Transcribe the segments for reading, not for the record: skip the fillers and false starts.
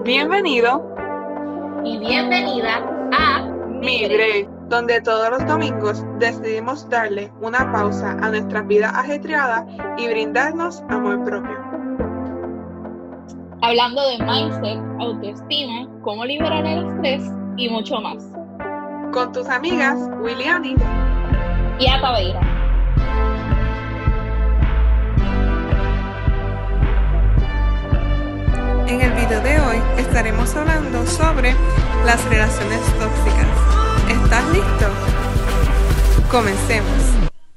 Bienvenido y bienvenida a Mi Break, donde todos los domingos decidimos darle una pausa a nuestra vida ajetreada y brindarnos amor propio. Hablando de mindset, autoestima, cómo liberar el estrés y mucho más. Con tus amigas Williani y Ataveira. En el video de hoy estaremos hablando sobre las relaciones tóxicas. ¿Estás listo? Comencemos.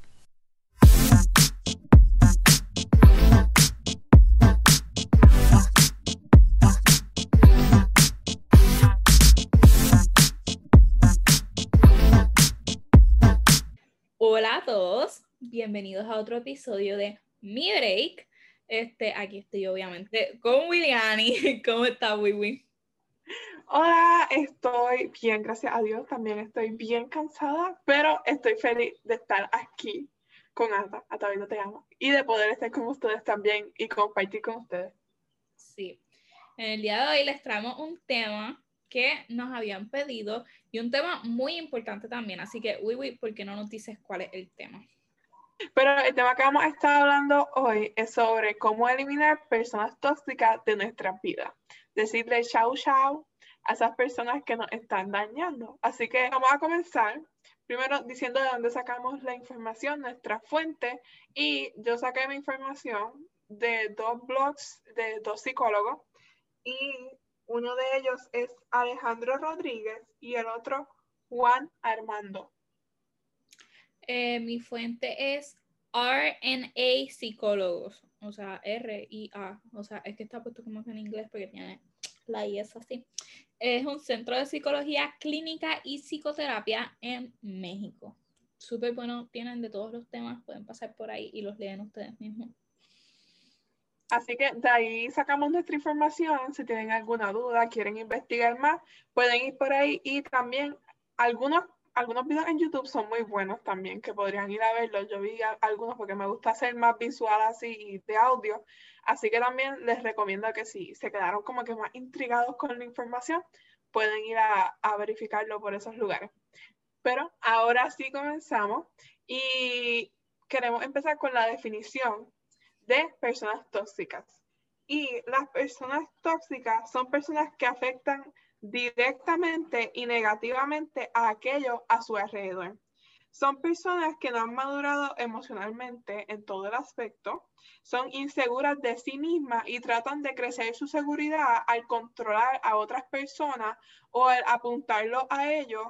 Hola a todos, bienvenidos a otro episodio de Mi Break. Aquí estoy obviamente con Williani. ¿Cómo estás, Wiwi? Hola, estoy bien, gracias a Dios. También estoy bien cansada, pero estoy feliz de estar aquí con Ata. Ataveira te amo. Y de poder estar con ustedes también y compartir con ustedes. Sí, en el día de hoy les traemos un tema que nos habían pedido y un tema muy importante también. Así que, Wiwi, ¿por qué no nos dices cuál es el tema? Pero el tema que vamos a estar hablando hoy es sobre cómo eliminar personas tóxicas de nuestras vidas. Decirle chau chau a esas personas que nos están dañando. Así que vamos a comenzar primero diciendo de dónde sacamos la información, nuestra fuente. Y yo saqué mi información de dos blogs de dos psicólogos. Y uno de ellos es Alejandro Rodríguez y el otro Juan Armando. Mi fuente es RNA Psicólogos, o sea, R-I-A, o sea, es que está puesto como que en inglés porque tiene la I es así. Es un centro de psicología clínica y psicoterapia en México. Súper bueno, tienen de todos los temas, pueden pasar por ahí y los leen ustedes mismos. Así que de ahí sacamos nuestra información. Si tienen alguna duda, quieren investigar más, pueden ir por ahí. Y también algunos videos en YouTube son muy buenos también, que podrían ir a verlos. Yo vi algunos porque me gusta hacer más visual así y de audio. Así que también les recomiendo que si se quedaron como que más intrigados con la información, pueden ir a verificarlo por esos lugares. Pero ahora sí comenzamos y queremos empezar con la definición de personas tóxicas. Y las personas tóxicas son personas que afectan directamente y negativamente a aquello a su alrededor. Son personas que no han madurado emocionalmente en todo el aspecto, son inseguras de sí mismas y tratan de crecer su seguridad al controlar a otras personas o al apuntarlo a ellos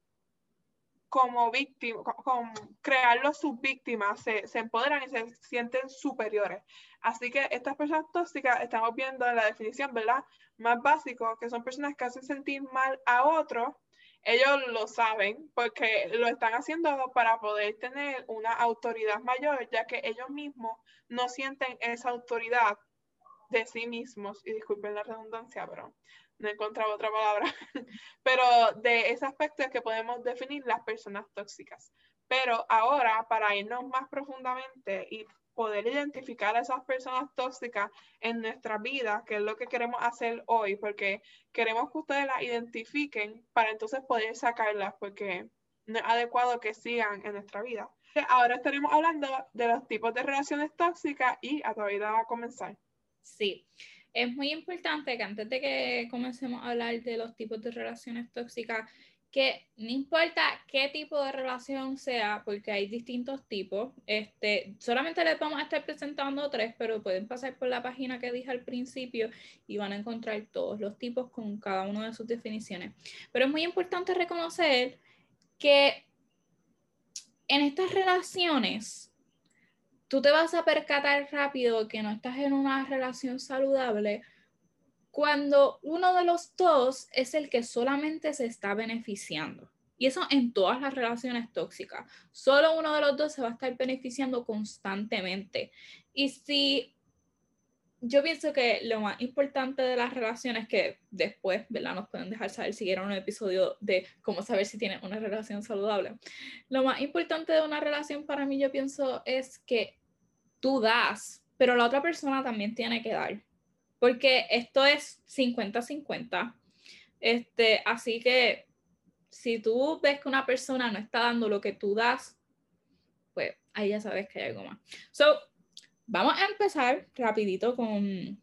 como víctimas, con crearlos sus víctimas, se empoderan y se sienten superiores. Así que estas personas tóxicas, estamos viendo en la definición, ¿verdad? Más básico, que son personas que hacen sentir mal a otros. Ellos lo saben porque lo están haciendo para poder tener una autoridad mayor, ya que ellos mismos no sienten esa autoridad de sí mismos, y disculpen la redundancia, pero no he encontrado otra palabra, pero de ese aspecto es que podemos definir las personas tóxicas. Pero ahora, para irnos más profundamente y poder identificar a esas personas tóxicas en nuestra vida, que es lo que queremos hacer hoy, porque queremos que ustedes las identifiquen para entonces poder sacarlas, porque no es adecuado que sigan en nuestra vida. Ahora estaremos hablando de los tipos de relaciones tóxicas y Ataveira va a comenzar. Sí, es muy importante que antes de que comencemos a hablar de los tipos de relaciones tóxicas, que no importa qué tipo de relación sea, porque hay distintos tipos, solamente les vamos a estar presentando 3, pero pueden pasar por la página que dije al principio y van a encontrar todos los tipos con cada una de sus definiciones. Pero es muy importante reconocer que en estas relaciones tú te vas a percatar rápido que no estás en una relación saludable cuando uno de los dos es el que solamente se está beneficiando. Y eso en todas las relaciones tóxicas. Solo uno de los dos se va a estar beneficiando constantemente. Y si yo pienso que lo más importante de las relaciones, que después, ¿verdad? Nos pueden dejar saber si quieren un episodio de cómo saber si tienen una relación saludable. Lo más importante de una relación para mí, yo pienso, es que tú das, pero la otra persona también tiene que dar. porque esto es 50-50. Así que si tú ves que una persona no está dando lo que tú das, pues ahí ya sabes que hay algo más. So, vamos a empezar rapidito con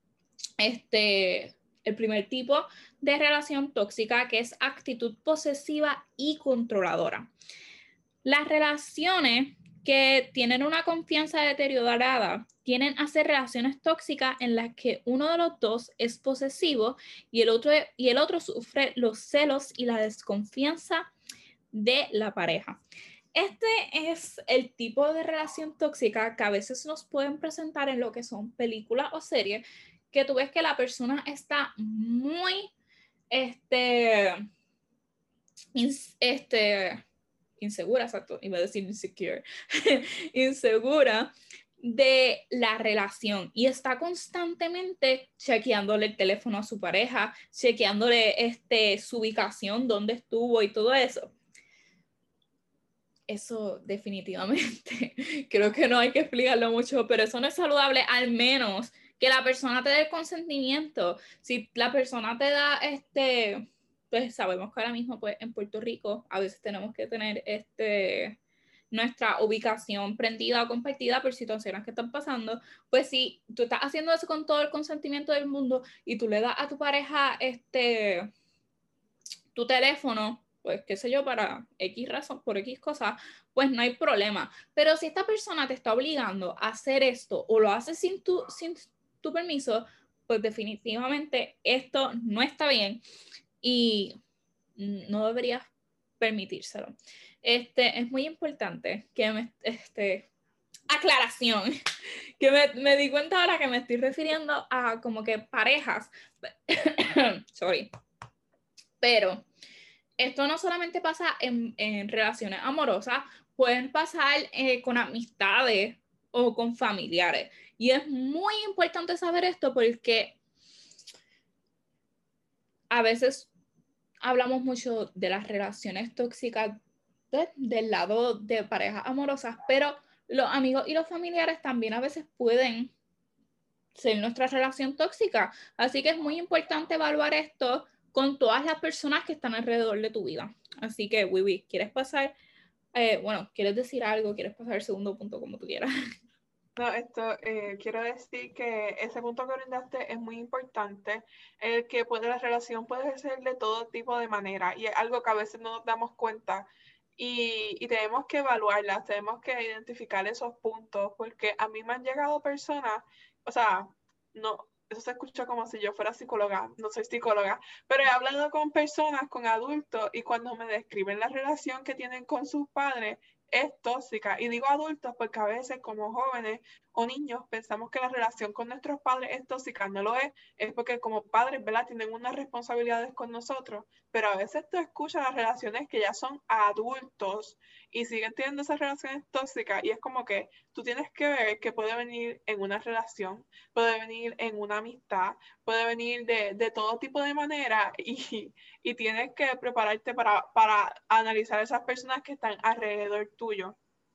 el primer tipo de relación tóxica, que es actitud posesiva y controladora. Las relaciones que tienen una confianza deteriorada tienden a ser relaciones tóxicas en las que uno de los dos es posesivo y el otro sufre los celos y la desconfianza de la pareja. Este es el tipo de relación tóxica que a veces nos pueden presentar en lo que son películas o series, que tú ves que la persona está muy insegura, exacto, iba a decir insecure, insegura de la relación y está constantemente chequeándole el teléfono a su pareja, chequeándole su ubicación, dónde estuvo y todo eso. Eso definitivamente, creo que no hay que explicarlo mucho, pero eso no es saludable, al menos que la persona te dé el consentimiento. Si la persona te da pues sabemos que ahora mismo pues en Puerto Rico a veces tenemos que tener nuestra ubicación prendida o compartida por situaciones que están pasando, pues si tú estás haciendo eso con todo el consentimiento del mundo y tú le das a tu pareja tu teléfono, pues qué sé yo, para X razón, por X cosas, pues no hay problema. Pero si esta persona te está obligando a hacer esto o lo hace sin tu permiso, pues definitivamente esto no está bien y no deberías permitírselo. Es muy importante que aclaración, que me di cuenta ahora que me estoy refiriendo a como que parejas, sorry, pero esto no solamente pasa en relaciones amorosas, pueden pasar con amistades o con familiares. Y es muy importante saber esto porque a veces hablamos mucho de las relaciones tóxicas del lado de parejas amorosas, pero los amigos y los familiares también a veces pueden ser nuestra relación tóxica. Así que es muy importante evaluar esto con todas las personas que están alrededor de tu vida. Así que, Wiwi, ¿quieres pasar? ¿Quieres decir algo? ¿Quieres pasar al segundo punto como tú quieras? No, quiero decir que ese punto que brindaste es muy importante, el que la relación puede ser de todo tipo de manera y es algo que a veces no nos damos cuenta y tenemos que evaluarlas, tenemos que identificar esos puntos, porque a mí me han llegado personas, o sea, no, eso se escucha como si yo fuera psicóloga, no soy psicóloga, pero he hablado con personas, con adultos, y cuando me describen la relación que tienen con sus padres, es tóxica. Y digo adultos porque a veces como jóvenes o niños pensamos que la relación con nuestros padres es tóxica. No lo es porque como padres, ¿verdad? Tienen unas responsabilidades con nosotros, pero a veces tú escuchas las relaciones que ya son adultos y siguen teniendo esas relaciones tóxicas y es como que tú tienes que ver que puede venir en una relación, puede venir en una amistad, puede venir de todo tipo de manera y tienes que prepararte para analizar esas personas que están alrededor tuyo.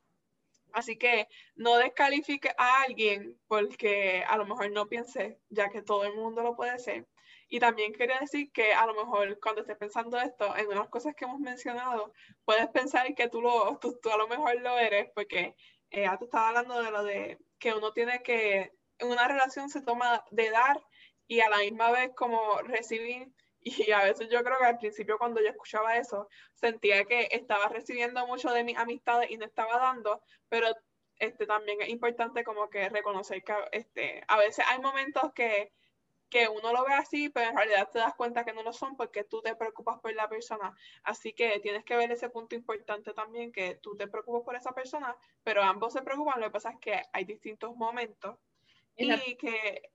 Así que no descalifique a alguien porque a lo mejor no piense, ya que todo el mundo lo puede ser. Y también quería decir que a lo mejor cuando estés pensando esto, en unas cosas que hemos mencionado, puedes pensar que tú a lo mejor lo eres, porque ya tú estabas hablando de lo de que uno tiene que, en una relación se toma de dar y a la misma vez como recibir. Y a veces yo creo que al principio cuando yo escuchaba eso, sentía que estaba recibiendo mucho de mis amistades y no estaba dando, pero también es importante como que reconocer que a veces hay momentos que uno lo ve así, pero en realidad te das cuenta que no lo son porque tú te preocupas por la persona. Así que tienes que ver ese punto importante también, que tú te preocupas por esa persona, pero ambos se preocupan. Lo que pasa es que hay distintos momentos y que...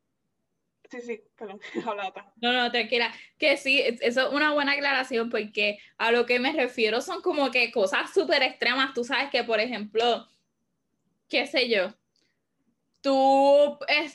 Sí, perdón, habla otra. No, tranquila, que sí, eso es una buena aclaración porque a lo que me refiero son como que cosas súper extremas. Tú sabes que, por ejemplo, qué sé yo, tú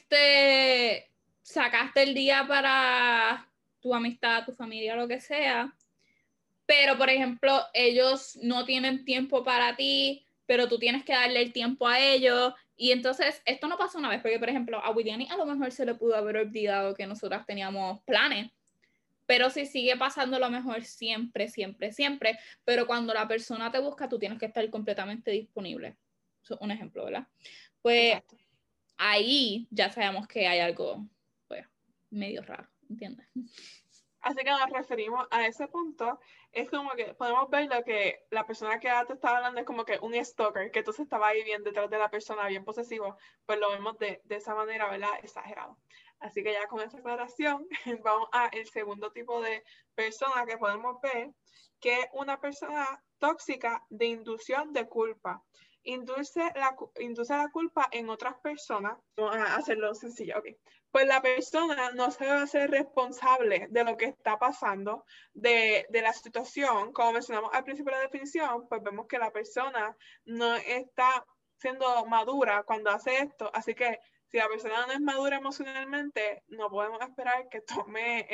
sacaste el día para tu amistad, tu familia, lo que sea, pero por ejemplo, ellos no tienen tiempo para ti, pero tú tienes que darle el tiempo a ellos Y entonces, esto no pasó una vez, porque por ejemplo, a William a lo mejor se le pudo haber olvidado que nosotras teníamos planes, pero si sigue pasando, a lo mejor siempre, siempre, siempre, pero cuando la persona te busca, tú tienes que estar completamente disponible. Eso es un ejemplo, ¿verdad? Pues exacto, ahí ya sabemos que hay algo, pues, medio raro, ¿entiendes? Así que nos referimos a ese punto, es como que podemos ver lo que la persona que te estaba hablando es como que un stalker, que entonces estaba ahí bien detrás de la persona, bien posesivo, pues lo vemos de esa manera, ¿verdad? Exagerado. Así que ya con esa aclaración, vamos a el segundo tipo de persona que podemos ver, que es una persona tóxica de inducción de culpa. Induce la culpa en otras personas. Vamos a hacerlo sencillo, ok. Pues la persona no se va a hacer responsable de lo que está pasando, de la situación. Como mencionamos al principio de la definición, pues vemos que la persona no está siendo madura cuando hace esto. Así que si la persona no es madura emocionalmente, no podemos esperar que tome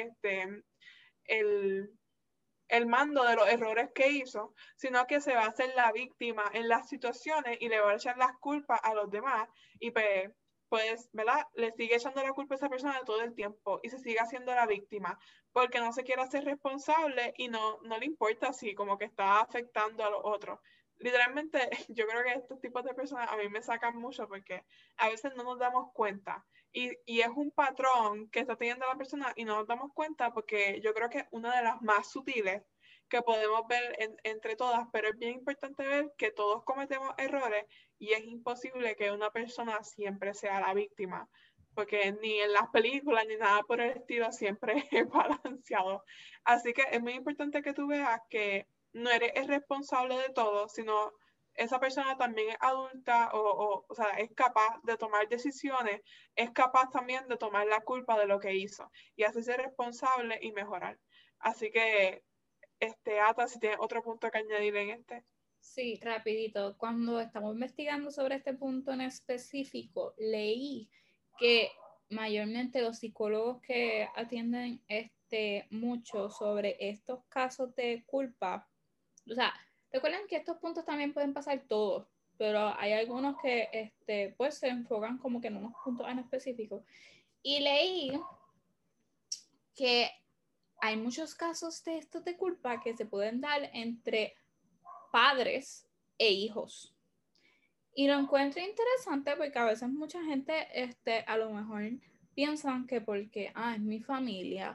el mando de los errores que hizo, sino que se va a hacer la víctima en las situaciones y le va a echar las culpas a los demás y pues, ¿verdad? Le sigue echando la culpa a esa persona todo el tiempo y se sigue haciendo la víctima porque no se quiere hacer responsable y no le importa si como que está afectando a los otros. Literalmente, yo creo que estos tipos de personas a mí me sacan mucho porque a veces no nos damos cuenta y es un patrón que está teniendo la persona y no nos damos cuenta porque yo creo que es una de las más sutiles que podemos ver entre todas, pero es bien importante ver que todos cometemos errores y es imposible que una persona siempre sea la víctima, porque ni en las películas ni nada por el estilo siempre es balanceado. Así que es muy importante que tú veas que no eres el responsable de todo, sino esa persona también es adulta o sea, es capaz de tomar decisiones, es capaz también de tomar la culpa de lo que hizo y hacerse responsable y mejorar. Así que, Ata, si tienes otro punto que añadir en este. Sí, rapidito. Cuando estamos investigando sobre este punto en específico, leí que mayormente los psicólogos que atienden mucho sobre estos casos de culpa, o sea, recuerden que estos puntos también pueden pasar todos, pero hay algunos que pues se enfocan como que en unos puntos en específico. Y leí que hay muchos casos de estos de culpa que se pueden dar entre padres e hijos. Y lo encuentro interesante porque a veces mucha gente a lo mejor piensan que porque es mi familia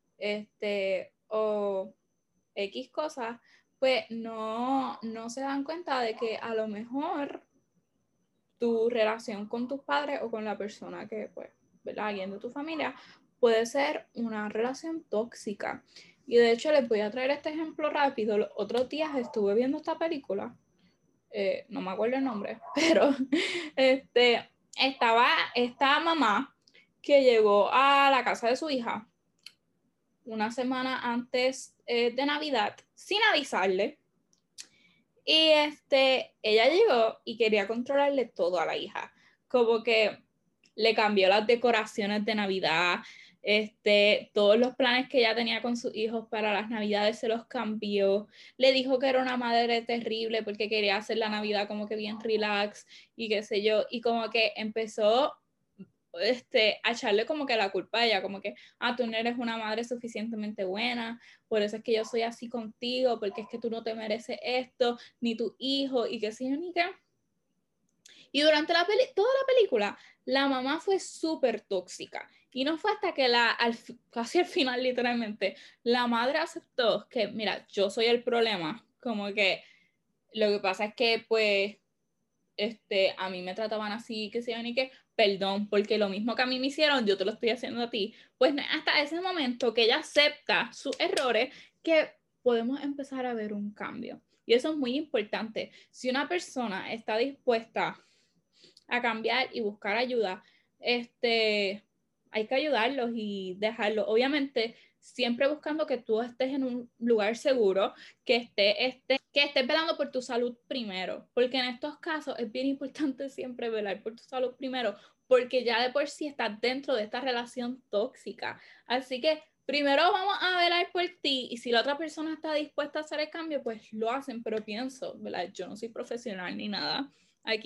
o X cosas, pues no se dan cuenta de que a lo mejor tu relación con tus padres o con la persona que, pues, ¿verdad? Alguien de tu familia puede ser una relación tóxica. Y de hecho les voy a traer este ejemplo rápido. Los otros días estuve viendo esta película, no me acuerdo el nombre, pero estaba esta mamá que llegó a la casa de su hija una semana antes de Navidad sin avisarle. Y ella llegó y quería controlarle todo a la hija. Como que le cambió las decoraciones de Navidad, todos los planes que ella tenía con sus hijos para las Navidades se los cambió. Le dijo que era una madre terrible porque quería hacer la Navidad como que bien relax y qué sé yo. Y como que empezó a echarle como que la culpa a ella, como que, tú no eres una madre suficientemente buena, por eso es que yo soy así contigo, porque es que tú no te mereces esto, ni tu hijo, y qué sé yo, ni qué. Y durante toda la película, la mamá fue súper tóxica. Y no fue hasta que casi al final, literalmente, la madre aceptó que, mira, yo soy el problema. Como que lo que pasa es que, pues, a mí me trataban así, que sé yo, ni que, perdón, porque lo mismo que a mí me hicieron, yo te lo estoy haciendo a ti. Pues hasta ese momento que ella acepta sus errores, que podemos empezar a ver un cambio. Y eso es muy importante. Si una persona está dispuesta a cambiar y buscar ayuda, hay que ayudarlos y dejarlos. Obviamente, siempre buscando que tú estés en un lugar seguro, que estés velando por tu salud primero, porque en estos casos es bien importante siempre velar por tu salud primero, porque ya de por sí estás dentro de esta relación tóxica. Así que primero vamos a velar por ti y si la otra persona está dispuesta a hacer el cambio, pues lo hacen, pero pienso, ¿verdad? Yo no soy profesional ni nada aquí,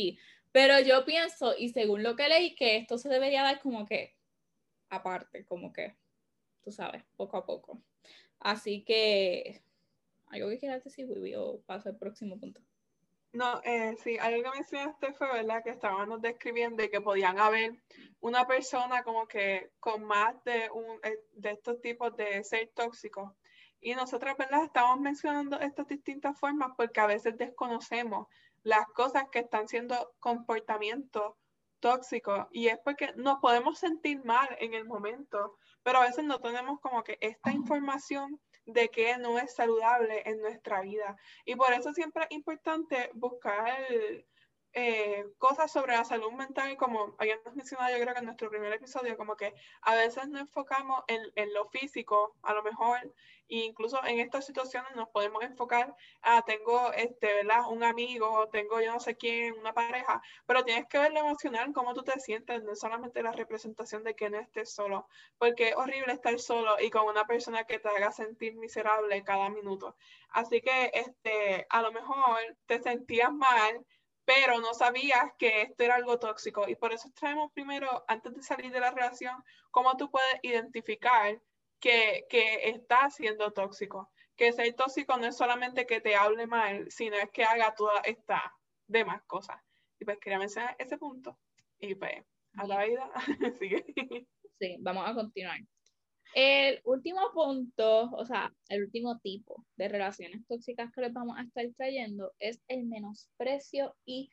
Pero yo pienso, y según lo que leí, que esto se debería dar como que aparte, como que, tú sabes, poco a poco. Así que, ¿algo que quieras decir, Wiwi, o paso al próximo punto? No, sí, algo que mencionaste fue, ¿verdad? Que estábamos describiendo y que podían haber una persona como que con más de estos tipos de ser tóxicos. Y nosotros, ¿verdad? Estamos mencionando estas distintas formas porque a veces desconocemos las cosas que están siendo comportamientos tóxicos y es porque nos podemos sentir mal en el momento, pero a veces no tenemos como que esta información de que no es saludable en nuestra vida. Y por eso siempre es importante buscar cosas sobre la salud mental, como habíamos mencionado yo creo que en nuestro primer episodio, como que a veces nos enfocamos en lo físico, a lo mejor, e incluso en estas situaciones nos podemos enfocar tengo ¿verdad? Un amigo, tengo yo no sé quién, una pareja, pero tienes que ver lo emocional, cómo tú te sientes, no solamente la representación de que no estés solo, porque es horrible estar solo y con una persona que te haga sentir miserable cada minuto. Así que a lo mejor te sentías mal, pero no sabías que esto era algo tóxico. Y por eso traemos primero, antes de salir de la relación, cómo tú puedes identificar que está siendo tóxico. Que ser tóxico no es solamente que te hable mal, sino es que haga todas estas demás cosas. Y pues quería mencionar ese punto. Y pues, a la vida, sigue. Sí, vamos a continuar. El último punto, o sea, el último tipo de relaciones tóxicas que les vamos a estar trayendo es el menosprecio y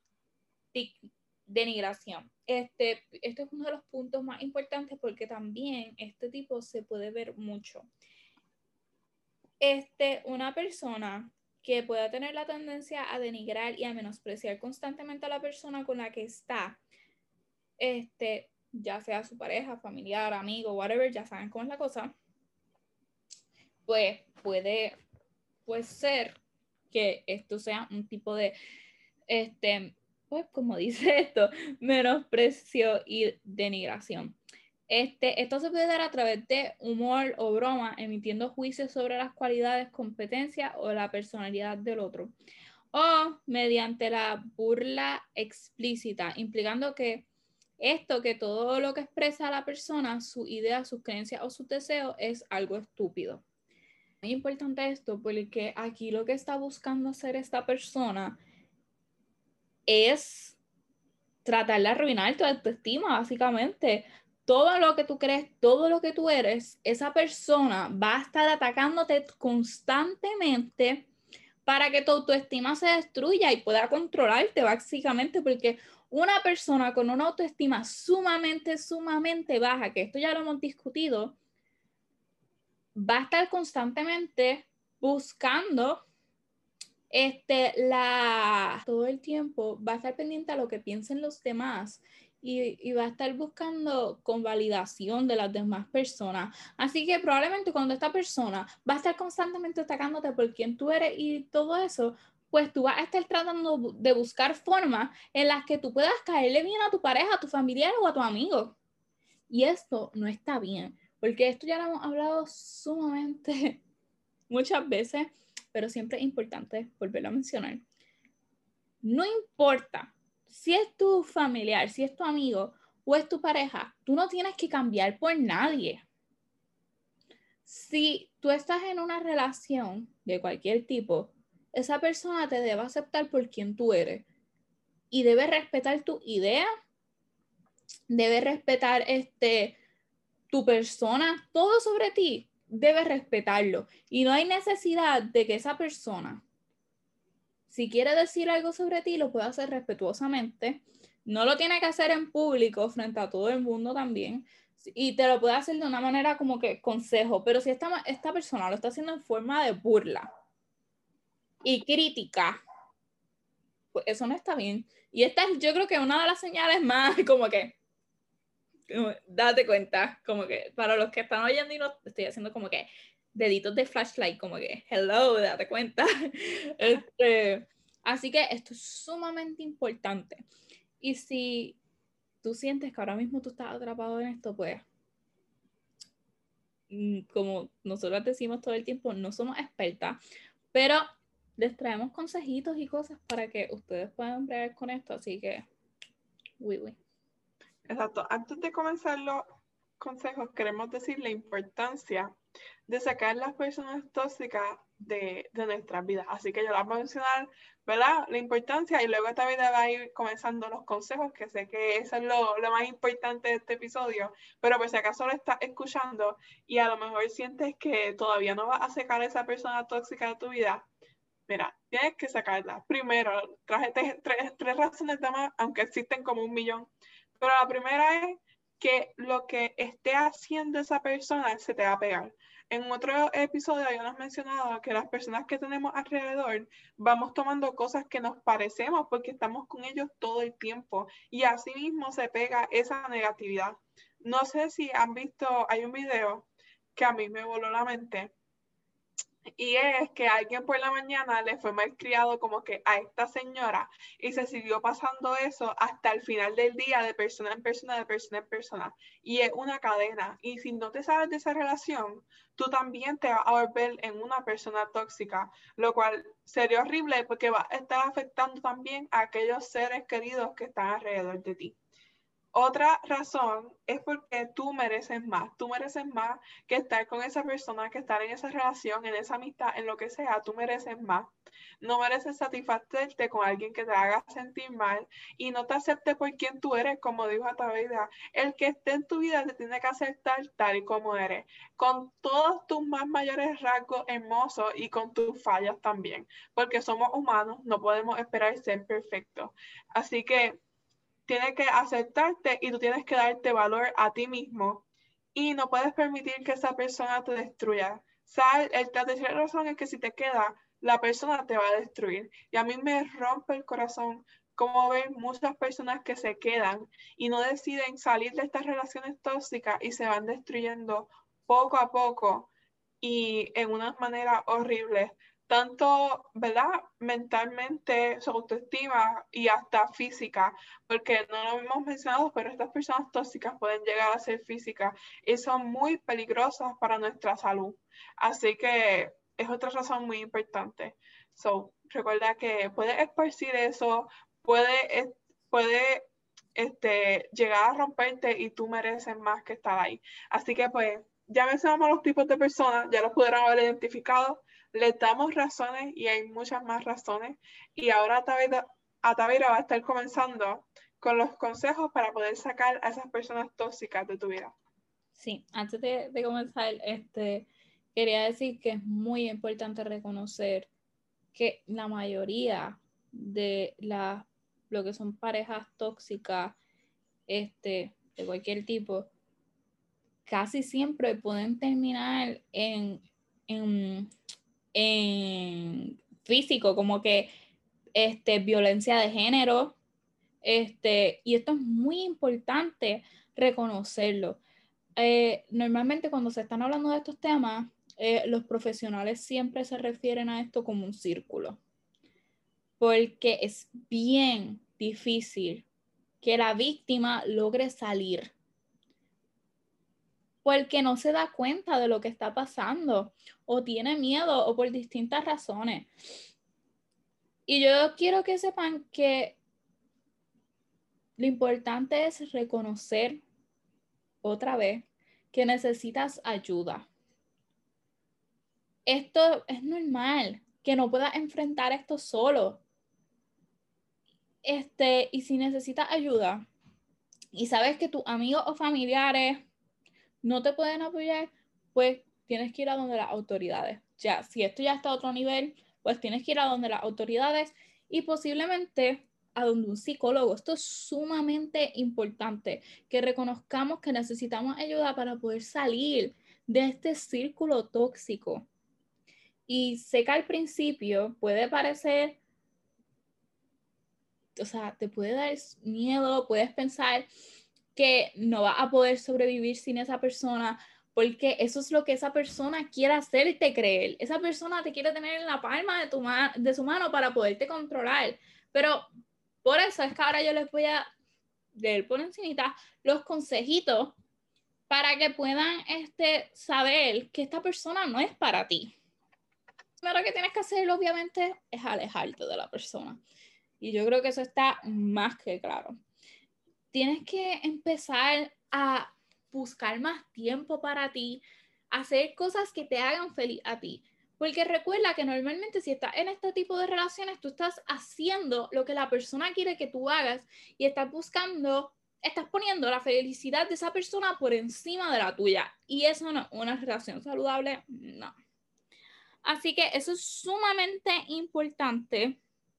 denigración. Este es uno de los puntos más importantes porque también este tipo se puede ver mucho. Una persona que pueda tener la tendencia a denigrar y a menospreciar constantemente a la persona con la que está, ya sea su pareja, familiar, amigo, whatever, ya saben cómo es la cosa, pues puede ser que esto sea un tipo de, pues como dice esto, menosprecio y denigración. Esto se puede dar a través de humor o broma, emitiendo juicios sobre las cualidades, competencias o la personalidad del otro. O mediante la burla explícita, implicando que todo lo que expresa la persona, su idea, sus creencias o sus deseos, es algo estúpido. Muy importante esto porque aquí lo que está buscando hacer esta persona es tratar de arruinar tu autoestima, básicamente. Todo lo que tú crees, todo lo que tú eres, esa persona va a estar atacándote constantemente para que tu autoestima se destruya y pueda controlarte, básicamente, porque una persona con una autoestima sumamente, sumamente baja, que esto ya lo hemos discutido, va a estar constantemente buscando todo el tiempo va a estar pendiente a lo que piensen los demás y va a estar buscando convalidación de las demás personas. Así que probablemente cuando esta persona va a estar constantemente atacándote por quién tú eres y todo eso, pues tú vas a estar tratando de buscar formas en las que tú puedas caerle bien a tu pareja, a tu familiar o a tu amigo. Y esto no está bien, porque esto ya lo hemos hablado sumamente muchas veces, pero siempre es importante volverlo a mencionar. No importa si es tu familiar, si es tu amigo o es tu pareja, tú no tienes que cambiar por nadie. Si tú estás en una relación de cualquier tipo, esa persona te debe aceptar por quien tú eres y debe respetar tu idea, debe respetar tu persona, todo sobre ti, debe respetarlo. Y no hay necesidad de que esa persona, si quiere decir algo sobre ti, lo puede hacer respetuosamente. No lo tiene que hacer en público, frente a todo el mundo también. Y te lo puede hacer de una manera como que consejo. Pero si esta persona lo está haciendo en forma de burla y crítica, pues eso no está bien. Y esta es, yo creo que una de las señales más como que date cuenta, como que para los que están oyendo y no estoy haciendo como que deditos de flashlight, como que hello, date cuenta. Así que esto es sumamente importante. Y si tú sientes que ahora mismo tú estás atrapado en esto, pues como nosotros decimos todo el tiempo, no somos expertas, pero les traemos consejitos y cosas para que ustedes puedan bregar con esto, así que, oui. Exacto. Antes de comenzar los consejos, queremos decir la importancia de sacar las personas tóxicas de nuestras vidas. Así que yo las voy a mencionar, ¿verdad? La importancia, y luego esta vida va a ir comenzando los consejos, que sé que eso es lo más importante de este episodio, pero pues si acaso lo estás escuchando y a lo mejor sientes que todavía no vas a sacar a esa persona tóxica de tu vida, mira, tienes que sacarla. Primero, traje tres razones de más, aunque existen como 1,000,000. Pero la primera es que lo que esté haciendo esa persona se te va a pegar. En otro episodio habíamos mencionado que las personas que tenemos alrededor vamos tomando cosas que nos parecemos porque estamos con ellos todo el tiempo y así mismo se pega esa negatividad. No sé si han visto, hay un video que a mí me voló la mente y es que alguien por la mañana le fue malcriado como que a esta señora y se siguió pasando eso hasta el final del día de persona en persona, de persona en persona. Y es una cadena. Y si no te sabes de esa relación, tú también te vas a volver en una persona tóxica, lo cual sería horrible porque va a estar afectando también a aquellos seres queridos que están alrededor de ti. Otra razón es porque tú mereces más. Tú mereces más que estar con esa persona, que estar en esa relación, en esa amistad, en lo que sea. Tú mereces más. No mereces satisfacerte con alguien que te haga sentir mal y no te acepte por quien tú eres, como dijo Ataveida. El que esté en tu vida te tiene que aceptar tal y como eres, con todos tus más mayores rasgos hermosos y con tus fallas también, porque somos humanos, no podemos esperar ser perfectos. Así que tienes que aceptarte y tú tienes que darte valor a ti mismo y no puedes permitir que esa persona te destruya. La tercera razón es que si te queda, la persona te va a destruir. Y a mí me rompe el corazón como ver muchas personas que se quedan y no deciden salir de estas relaciones tóxicas y se van destruyendo poco a poco y en unas maneras horribles, tanto, ¿verdad? Mentalmente, su autoestima y hasta física, porque no lo hemos mencionado, pero estas personas tóxicas pueden llegar a ser físicas y son muy peligrosas para nuestra salud. Así que es otra razón muy importante. Recuerda que puedes esparcir eso, puede llegar a romperte y tú mereces más que estar ahí. Así que pues ya mencionamos los tipos de personas, ya los pudieron haber identificado, les damos razones y hay muchas más razones. Y ahora Tavira va a estar comenzando con los consejos para poder sacar a esas personas tóxicas de tu vida. Sí, antes de comenzar, quería decir que es muy importante reconocer que la mayoría de lo que son parejas tóxicas, de cualquier tipo, casi siempre pueden terminar en físico, como que violencia de género, y esto es muy importante reconocerlo. Normalmente cuando se están hablando de estos temas, los profesionales siempre se refieren a esto como un círculo, porque es bien difícil que la víctima logre salir, porque no se da cuenta de lo que está pasando, o tiene miedo, o por distintas razones. Y yo quiero que sepan que lo importante es reconocer otra vez que necesitas ayuda. Esto es normal, que no puedas enfrentar esto solo. Y si necesitas ayuda y sabes que tus amigos o familiares no te pueden apoyar, pues tienes que ir a donde las autoridades. Ya, si esto ya está a otro nivel, pues tienes que ir a donde las autoridades y posiblemente a donde un psicólogo. Esto es sumamente importante, que reconozcamos que necesitamos ayuda para poder salir de este círculo tóxico. Y sé que al principio puede parecer, o sea, te puede dar miedo, puedes pensar que no vas a poder sobrevivir sin esa persona, porque eso es lo que esa persona quiere hacerte creer. Esa persona te quiere tener en la palma de su mano para poderte controlar. Pero por eso es que ahora yo les voy a leer por encimita los consejitos para que puedan saber que esta persona no es para ti. primero que tienes que hacer, obviamente, es alejarte de la persona. Y yo creo que eso está más que claro. Tienes que empezar a buscar más tiempo para ti, hacer cosas que te hagan feliz a ti. Porque recuerda que normalmente si estás en este tipo de relaciones, tú estás haciendo lo que la persona quiere que tú hagas y estás poniendo la felicidad de esa persona por encima de la tuya. Y eso no es una relación saludable, no. Así que eso es sumamente importante,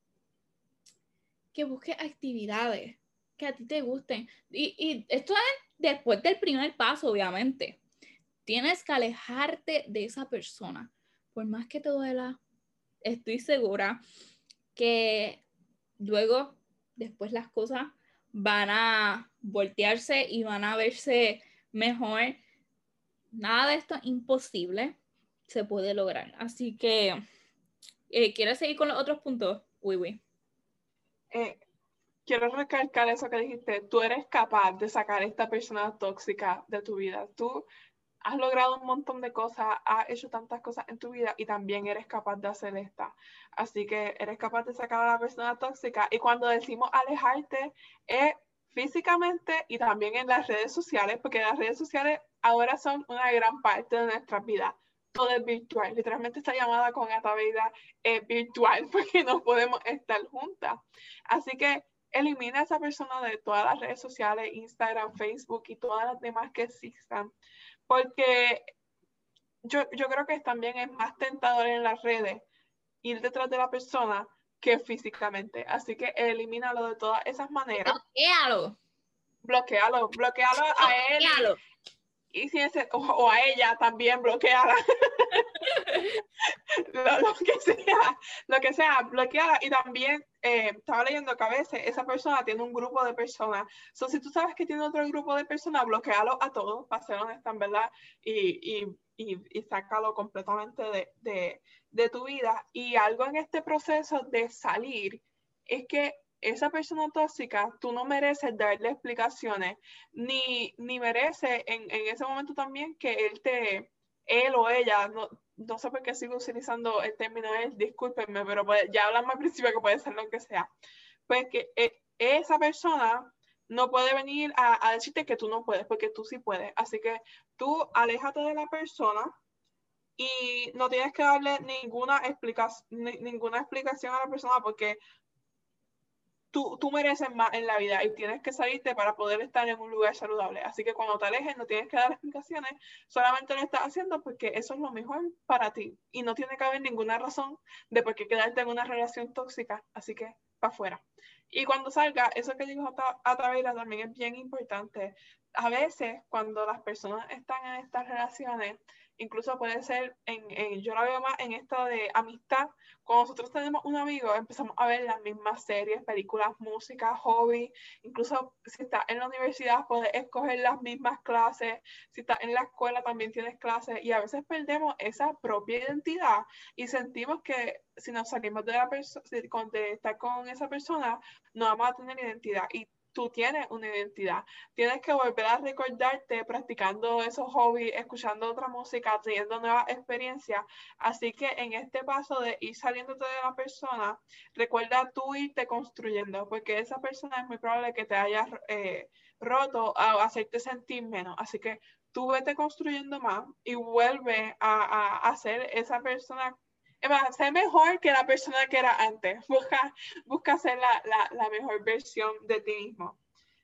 que busques actividades que a ti te gusten. Y esto es después del primer paso, obviamente. Tienes que alejarte de esa persona. Por más que te duela, estoy segura que luego, después las cosas van a voltearse y van a verse mejor. Nada de esto es imposible, se puede lograr. Así que, ¿quieres seguir con los otros puntos? Uy. Quiero recalcar eso que dijiste. Tú eres capaz de sacar a esta persona tóxica de tu vida. Tú has logrado un montón de cosas, has hecho tantas cosas en tu vida y también eres capaz de hacer esta. Así que eres capaz de sacar a la persona tóxica. Y cuando decimos alejarte, es físicamente y también en las redes sociales, porque las redes sociales ahora son una gran parte de nuestras vidas. Todo es virtual. Literalmente esta llamada con Ataveida es virtual porque no podemos estar juntas. Así que elimina a esa persona de todas las redes sociales, Instagram, Facebook y todas las demás que existan. Porque yo creo que también es más tentador en las redes ir detrás de la persona que físicamente. Así que elimínalo de todas esas maneras. Bloquealo a él y si ese, o a ella también, bloqueala. lo que sea, bloqueala. Y también estaba leyendo que a veces esa persona tiene un grupo de personas. So, si tú sabes que tiene otro grupo de personas, bloquealo a todos, para ser honesta, en verdad, y sácalo completamente de tu vida. Y algo en este proceso de salir es que esa persona tóxica, tú no mereces darle explicaciones, ni mereces en ese momento también que él o ella, no sé por qué sigo utilizando el término él, discúlpenme, pero ya hablamos al principio que puede ser lo que sea. Pues que esa persona no puede venir a decirte que tú no puedes, porque tú sí puedes. Así que tú aléjate de la persona y no tienes que darle ninguna explicación a la persona porque tú mereces más en la vida y tienes que salirte para poder estar en un lugar saludable. Así que cuando te alejes no tienes que dar explicaciones, solamente lo estás haciendo porque eso es lo mejor para ti y no tiene que haber ninguna razón de por qué quedarte en una relación tóxica. Así que para afuera. Y cuando salga, eso que dijo Ataveira también es bien importante. A veces cuando las personas están en estas relaciones, incluso puede ser, yo la veo más en esto de amistad. Cuando nosotros tenemos un amigo, empezamos a ver las mismas series, películas, música, hobby. Incluso si estás en la universidad, puedes escoger las mismas clases. Si estás en la escuela, también tienes clases. Y a veces perdemos esa propia identidad y sentimos que si nos salimos de estar con esa persona, no vamos a tener identidad. Y tú tienes una identidad. Tienes que volver a recordarte practicando esos hobbies, escuchando otra música, teniendo nuevas experiencias. Así que en este paso de ir saliéndote de la persona, recuerda tú irte construyendo, porque esa persona es muy probable que te haya roto a hacerte sentir menos. Así que tú vete construyendo más y vuelve a ser esa persona, ser mejor que la persona que era antes. Busca ser la mejor versión de ti mismo.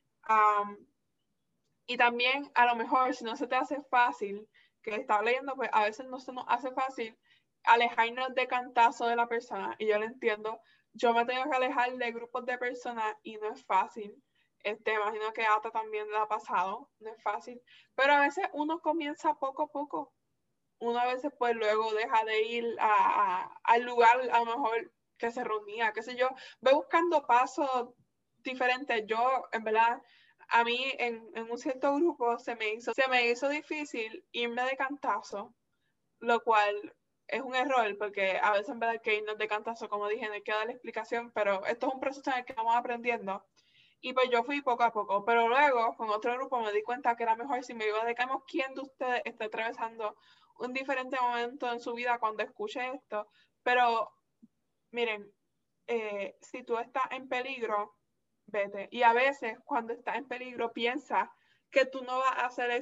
Y también, a lo mejor, si no se te hace fácil, que estaba leyendo, pues a veces no se nos hace fácil alejarnos de cantazo de la persona. Y yo lo entiendo. Yo me tengo que alejar de grupos de personas y no es fácil. Imagino que a Ata también le ha pasado, no es fácil. Pero a veces uno comienza poco a poco. Uno a veces pues luego deja de ir al lugar a lo mejor que se reunía, qué sé yo, voy buscando pasos diferentes. Yo, en verdad, a mí en un cierto grupo se me hizo difícil irme de cantazo, lo cual es un error porque a veces en verdad que irnos de cantazo, como dije, no hay que dar la explicación, pero esto es un proceso en el que vamos aprendiendo. Y pues yo fui poco a poco, pero luego con otro grupo me di cuenta que era mejor si me iba de digamos, ¿quién de ustedes está atravesando un diferente momento en su vida cuando escuche esto, pero miren, si tú estás en peligro, vete. Y a veces cuando estás en peligro piensa que tú no vas a ser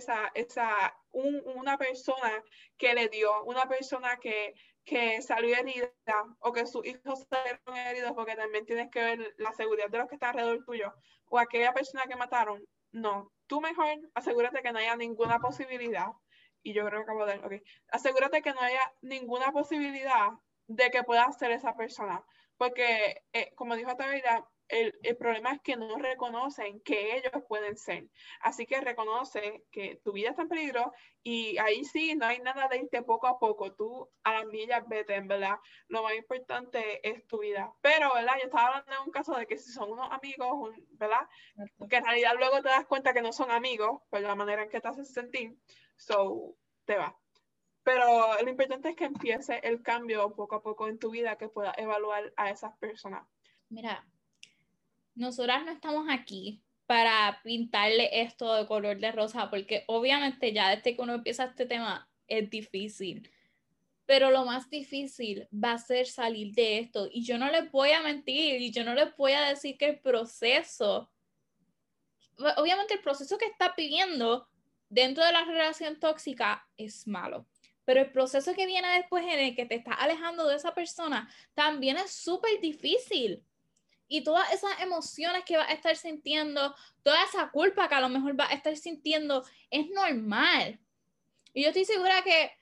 una persona que le dio, una persona que salió herida o que sus hijos salieron heridos, porque también tienes que ver la seguridad de los que están alrededor tuyo, o aquella persona que mataron. No, tú mejor asegúrate que no haya ninguna posibilidad, y yo creo que acabo de, okay, asegúrate que no haya ninguna posibilidad de que pueda ser esa persona, porque como dijo Tavira, el problema es que no reconocen que ellos pueden ser. Así que reconoce que tu vida está en peligro y ahí sí, no hay nada de irte poco a poco. Tú a las millas vete, en verdad. Lo más importante es tu vida. Pero, ¿verdad? Yo estaba hablando de un caso de que si son unos amigos, ¿verdad? Que en realidad luego te das cuenta que no son amigos por la manera en que te haces sentir. So, te va. Pero lo importante es que empiece el cambio poco a poco en tu vida, que puedas evaluar a esas personas. Mira, nosotras no estamos aquí para pintarle esto de color de rosa, porque obviamente ya desde que uno empieza este tema es difícil, pero lo más difícil va a ser salir de esto, y yo no les voy a mentir, y yo no les voy a decir que el proceso, obviamente el proceso que está pidiendo dentro de la relación tóxica es malo, pero el proceso que viene después en el que te estás alejando de esa persona también es súper difícil. Y todas esas emociones que vas a estar sintiendo, toda esa culpa que a lo mejor vas a estar sintiendo, es normal. Y yo estoy segura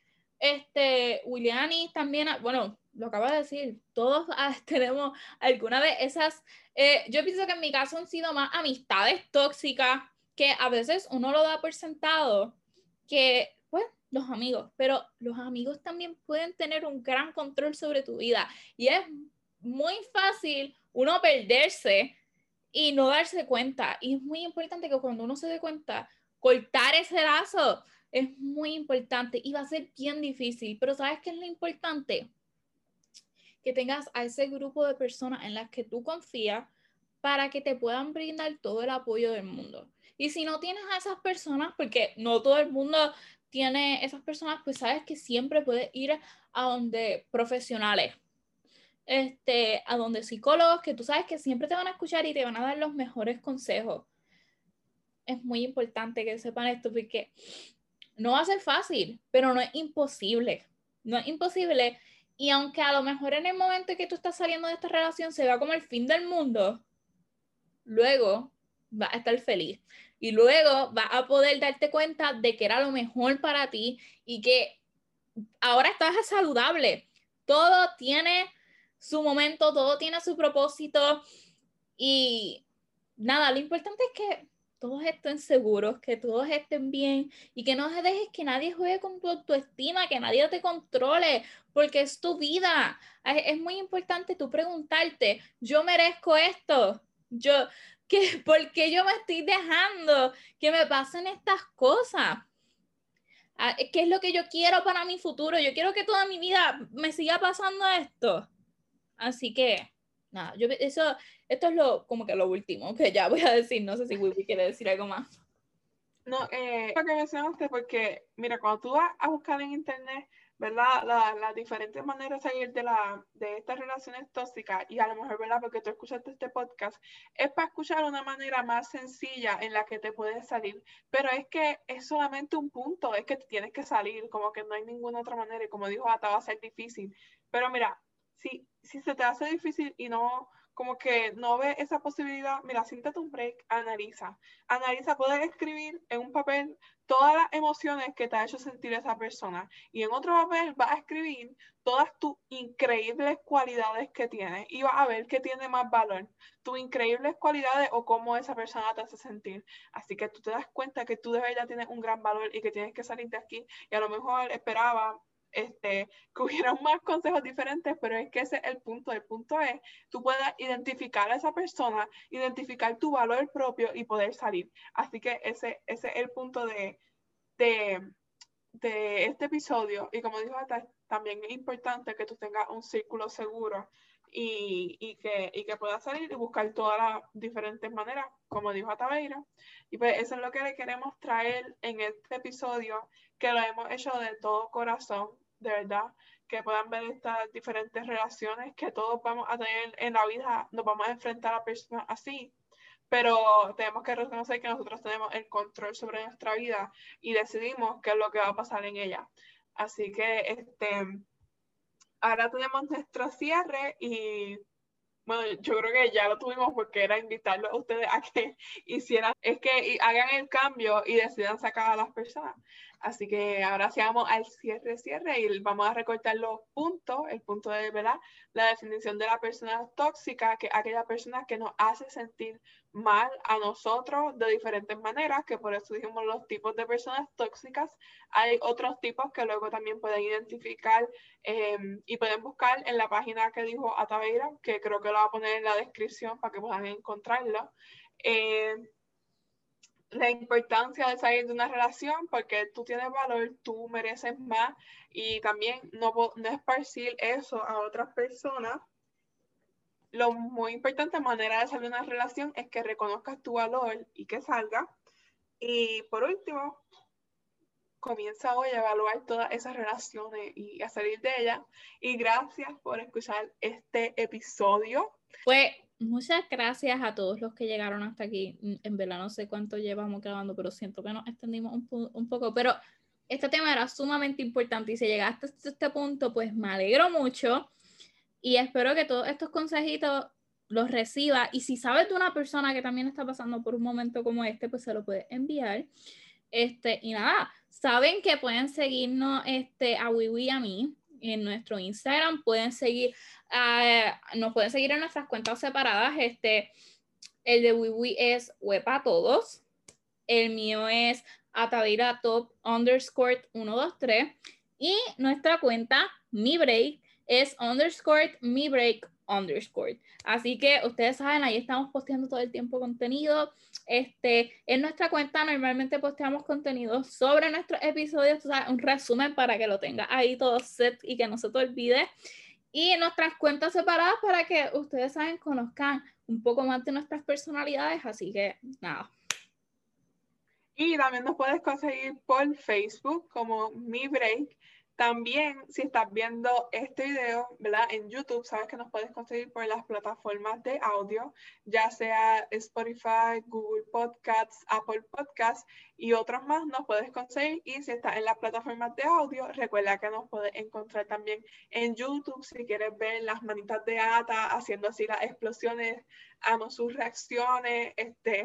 que Willianis también, bueno, lo acabo de decir, todos tenemos alguna de esas, yo pienso que en mi caso han sido más amistades tóxicas, que a veces uno lo da por sentado, que pues los amigos, pero los amigos también pueden tener un gran control sobre tu vida, y es muy fácil uno perderse y no darse cuenta, y es muy importante que cuando uno se dé cuenta, cortar ese lazo es muy importante y va a ser bien difícil, pero ¿sabes qué es lo importante? Que tengas a ese grupo de personas en las que tú confías para que te puedan brindar todo el apoyo del mundo. Y si no tienes a esas personas, porque no todo el mundo tiene esas personas, pues sabes que siempre puedes ir a donde profesionales, a donde psicólogos, que tú sabes que siempre te van a escuchar y te van a dar los mejores consejos. Es muy importante que sepan esto, porque no va a ser fácil, pero no es imposible. No es imposible. Y aunque a lo mejor en el momento en que tú estás saliendo de esta relación se vea como el fin del mundo, luego vas a estar feliz. Y luego vas a poder darte cuenta de que era lo mejor para ti y que ahora estás saludable. Todo tiene su momento, todo tiene su propósito. Y nada, lo importante es que todos estén seguros, que todos estén bien y que no dejes que nadie juegue con tu autoestima, que nadie te controle, porque es tu vida. Es muy importante tú preguntarte, ¿yo merezco esto? ¿Por qué yo me estoy dejando que me pasen estas cosas? ¿Qué es lo que yo quiero para mi futuro? Yo quiero que toda mi vida me siga pasando esto. Así que, nada, esto es como que lo último que ya voy a decir. No sé si Wiwi quiere decir algo más. No, lo que mencionaste, porque mira, cuando tú vas a buscar en internet, ¿verdad? Las diferentes maneras de salir de estas relaciones tóxicas, y a lo mejor, ¿verdad? Porque tú escuchaste este podcast, es para escuchar una manera más sencilla en la que te puedes salir, pero es que es solamente un punto, es que te tienes que salir, como que no hay ninguna otra manera, y como dijo Ata, va a ser difícil, pero mira, si se te hace difícil y no, como que no ves esa posibilidad, mira, siéntate un break, analiza, puedes escribir en un papel todas las emociones que te ha hecho sentir esa persona, y en otro papel vas a escribir todas tus increíbles cualidades que tienes y vas a ver qué tiene más valor, tus increíbles cualidades o cómo esa persona te hace sentir. Así que tú te das cuenta que tú de verdad tienes un gran valor y que tienes que salir de aquí, y a lo mejor esperaba que hubieran más consejos diferentes, pero es que ese es el punto. El punto es, tú puedas identificar a esa persona, identificar tu valor propio y poder salir. Así que ese es el punto de este episodio. Y como dijo, también es importante que tú tengas un círculo seguro y que pueda salir y buscar todas las diferentes maneras, como dijo Ataveira. Y pues eso es lo que le queremos traer en este episodio, que lo hemos hecho de todo corazón, de verdad, que puedan ver estas diferentes relaciones que todos vamos a tener en la vida, nos vamos a enfrentar a personas así, pero tenemos que reconocer que nosotros tenemos el control sobre nuestra vida y decidimos qué es lo que va a pasar en ella. Así que ahora tenemos nuestro cierre y bueno, yo creo que ya lo tuvimos porque era invitarlos a ustedes a que hicieran, es que hagan el cambio y decidan sacar a las personas. Así que ahora sí vamos al cierre y vamos a recortar los puntos, el punto de, ¿verdad? La definición de la persona tóxica, que es aquella persona que nos hace sentir mal a nosotros de diferentes maneras, que por eso dijimos los tipos de personas tóxicas. Hay otros tipos que luego también pueden identificar y pueden buscar en la página que dijo Ataveira, que creo que lo va a poner en la descripción para que puedan encontrarlo. La importancia de salir de una relación, porque tú tienes valor, tú mereces más, y también no esparcir eso a otras personas. Lo muy importante manera de salir de una relación es que reconozcas tu valor y que salga. Y por último, comienza hoy a evaluar todas esas relaciones y a salir de ellas. Y gracias por escuchar este episodio. Pues muchas gracias a todos los que llegaron hasta aquí. En verdad no sé cuánto llevamos grabando, pero siento que nos extendimos un poco. Pero este tema era sumamente importante y si llegaste hasta este punto, pues me alegro mucho y espero que todos estos consejitos los reciba. Y si sabes de una persona que también está pasando por un momento como este, pues se lo puedes enviar. Y nada, saben que pueden seguirnos a Wiwi y a mí en nuestro Instagram, nos pueden seguir en nuestras cuentas separadas. El de Wiwi es Huepa Todos, el mío es Ataveira Top _123 y nuestra cuenta Mi Break es _Mi Break _. Así que ustedes saben, ahí estamos posteando todo el tiempo contenido. En nuestra cuenta normalmente posteamos contenido sobre nuestros episodios, un resumen para que lo tenga ahí todo set y que no se te olvide. Y nuestras cuentas separadas para que ustedes saben, conozcan un poco más de nuestras personalidades. Así que nada. Y también nos puedes conseguir por Facebook como Mi Break. También, si estás viendo este video, ¿verdad? En YouTube, sabes que nos puedes conseguir por las plataformas de audio, ya sea Spotify, Google Podcasts, Apple Podcasts y otros más nos puedes conseguir. Y si estás en las plataformas de audio, recuerda que nos puedes encontrar también en YouTube si quieres ver las manitas de Ata haciendo así las explosiones. Amo sus reacciones.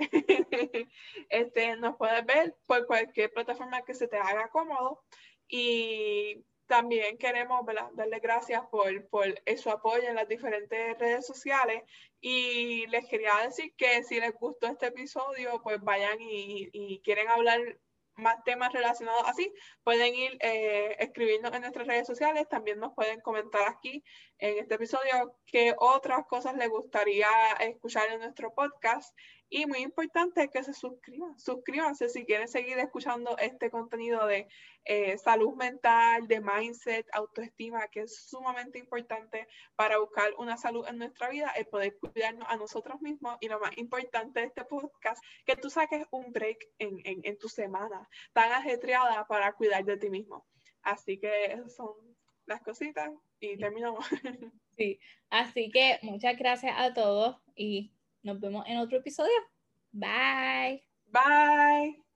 Nos puedes ver por cualquier plataforma que se te haga cómodo. Y también queremos, ¿verdad?, darles gracias por su apoyo en las diferentes redes sociales. Y les quería decir que si les gustó este episodio, pues vayan y quieren hablar más temas relacionados así, pueden ir escribirnos en nuestras redes sociales. También nos pueden comentar aquí en este episodio qué otras cosas les gustaría escuchar en nuestro podcast. Y muy importante que se suscríbanse si quieren seguir escuchando este contenido de salud mental, de mindset, autoestima, que es sumamente importante para buscar una salud en nuestra vida, el poder cuidarnos a nosotros mismos. Y lo más importante de este podcast, que tú saques un break en tu semana tan ajetreada para cuidar de ti mismo. Así que esas son las cositas y terminamos. Sí, así que muchas gracias a todos y nos vemos en otro episodio. Bye. Bye.